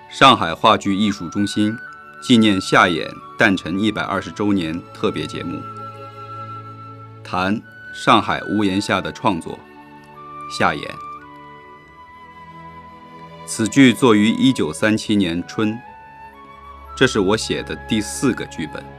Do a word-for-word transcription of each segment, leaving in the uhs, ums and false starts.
上海话剧艺术中心纪念夏衍诞辰一百二十周年特别节目，谈上海屋檐下的创作。夏衍。此剧作于一九三七年春，这是我写的第四个剧本。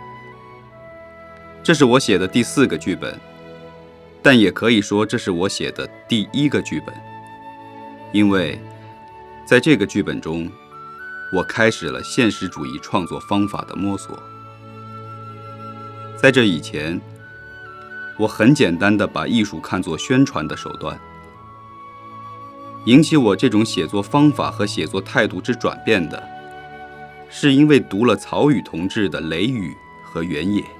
这是我写的第四个剧本，但也可以说这是我写的第一个剧本，因为在这个剧本中，我开始了现实主义创作方法的摸索。在这以前，我很简单地把艺术看作宣传的手段。引起我这种写作方法和写作态度之转变的，是因为读了曹禺同志的《雷雨》和《原野》。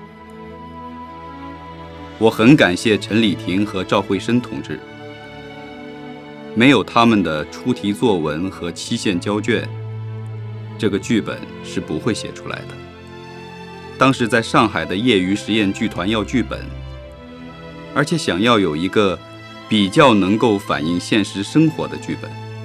我很感谢陈礼亭和赵慧生同志，没有他们的出题作文和期限交卷，这个剧本是不会写出来的。当时在上海的业余实验剧团要剧本，而且想要有一个比较能够反映现实生活的剧本。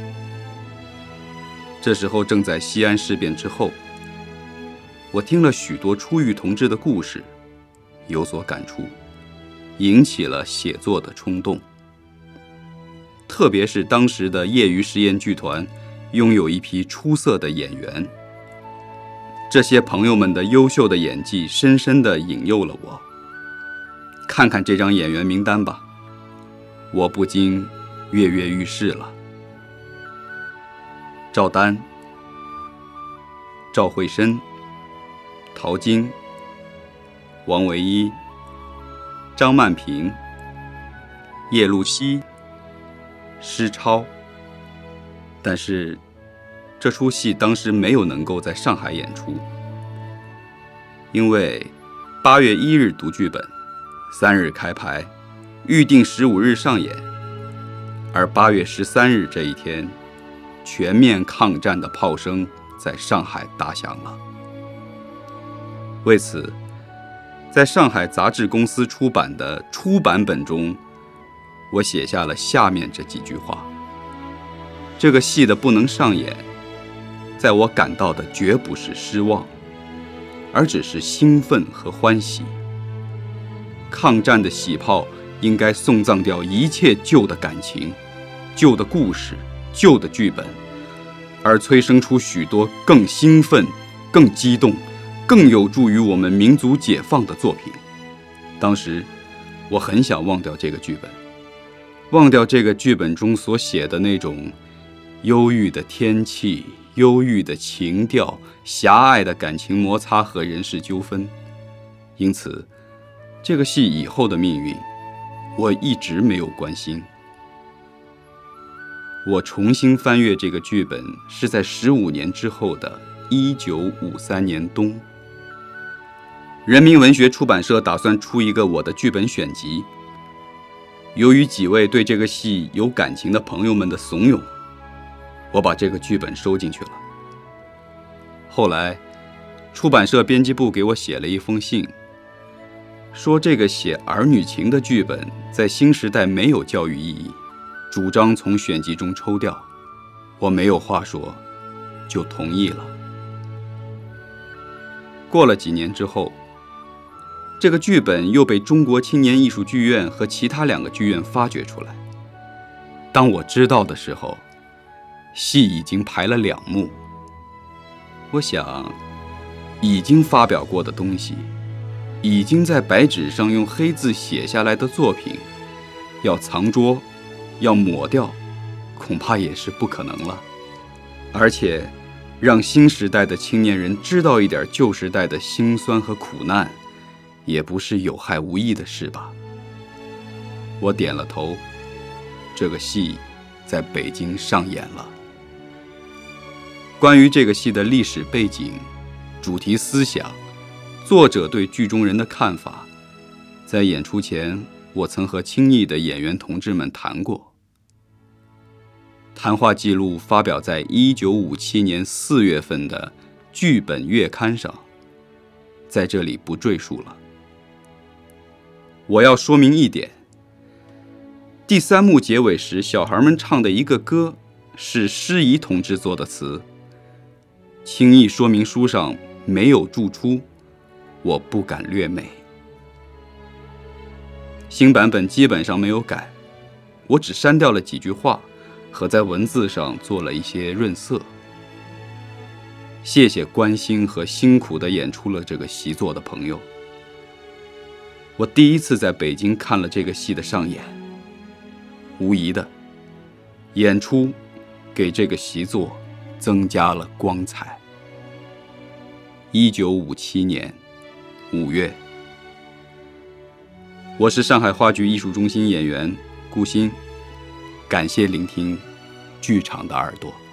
这时候正在西安事变之后，我听了许多出狱同志的故事，有所感触，引起了写作的冲动。特别是当时的业余实验剧团拥有一批出色的演员，这些朋友们的优秀的演技深深地引诱了我。看看这张演员名单吧，我不禁跃跃欲试了。赵丹、赵慧生、陶晶、王维一、张曼平、叶露西、施超。但是这出戏当时没有能够在上海演出，因为八月一日读剧本，三日开排，预定十五日上演，而八月十三日这一天，全面抗战的炮声在上海打响了。为此，在上海杂志公司出版的初版本中，我写下了下面这几句话：这个戏的不能上演，在我感到的绝不是失望，而只是兴奋和欢喜。抗战的喜炮应该送葬掉一切旧的感情、旧的故事、旧的剧本，而催生出许多更兴奋、更激动、更有助于我们民族解放的作品。当时我很想忘掉这个剧本，忘掉这个剧本中所写的那种忧郁的天气、忧郁的情调、狭隘的感情摩擦和人事纠纷。因此这个戏以后的命运，我一直没有关心。我重新翻阅这个剧本是在十五年之后的一九五三年冬。人民文学出版社打算出一个我的剧本选集，由于几位对这个戏有感情的朋友们的怂恿，我把这个剧本收进去了。后来出版社编辑部给我写了一封信，说这个写儿女情的剧本在新时代没有教育意义，主张从选集中抽掉。我没有话说，就同意了。过了几年之后，这个剧本又被中国青年艺术剧院和其他两个剧院发掘出来。当我知道的时候，戏已经排了两幕。我想，已经发表过的东西，已经在白纸上用黑字写下来的作品，要藏拙，要抹掉，恐怕也是不可能了。而且让新时代的青年人知道一点旧时代的辛酸和苦难，也不是有害无益的事吧。我点了头，这个戏在北京上演了。关于这个戏的历史背景、主题思想、作者对剧中人的看法，在演出前我曾和青艺的演员同志们谈过。谈话记录发表在一九五七年四月份的剧本月刊上，在这里不赘述了。我要说明一点，第三幕结尾时小孩们唱的一个歌是施仪同志做的词， 轻易说明书上没有注出，我不敢略美。新版本基本上没有改，我只删掉了几句话和在文字上做了一些润色。谢谢关心和辛苦地演出了这个习作的朋友。我第一次在北京看了这个戏的上演，无疑的，演出给这个习作增加了光彩。一九五七年五月，我是上海话剧艺术中心演员顾鑫，感谢聆听剧场的耳朵。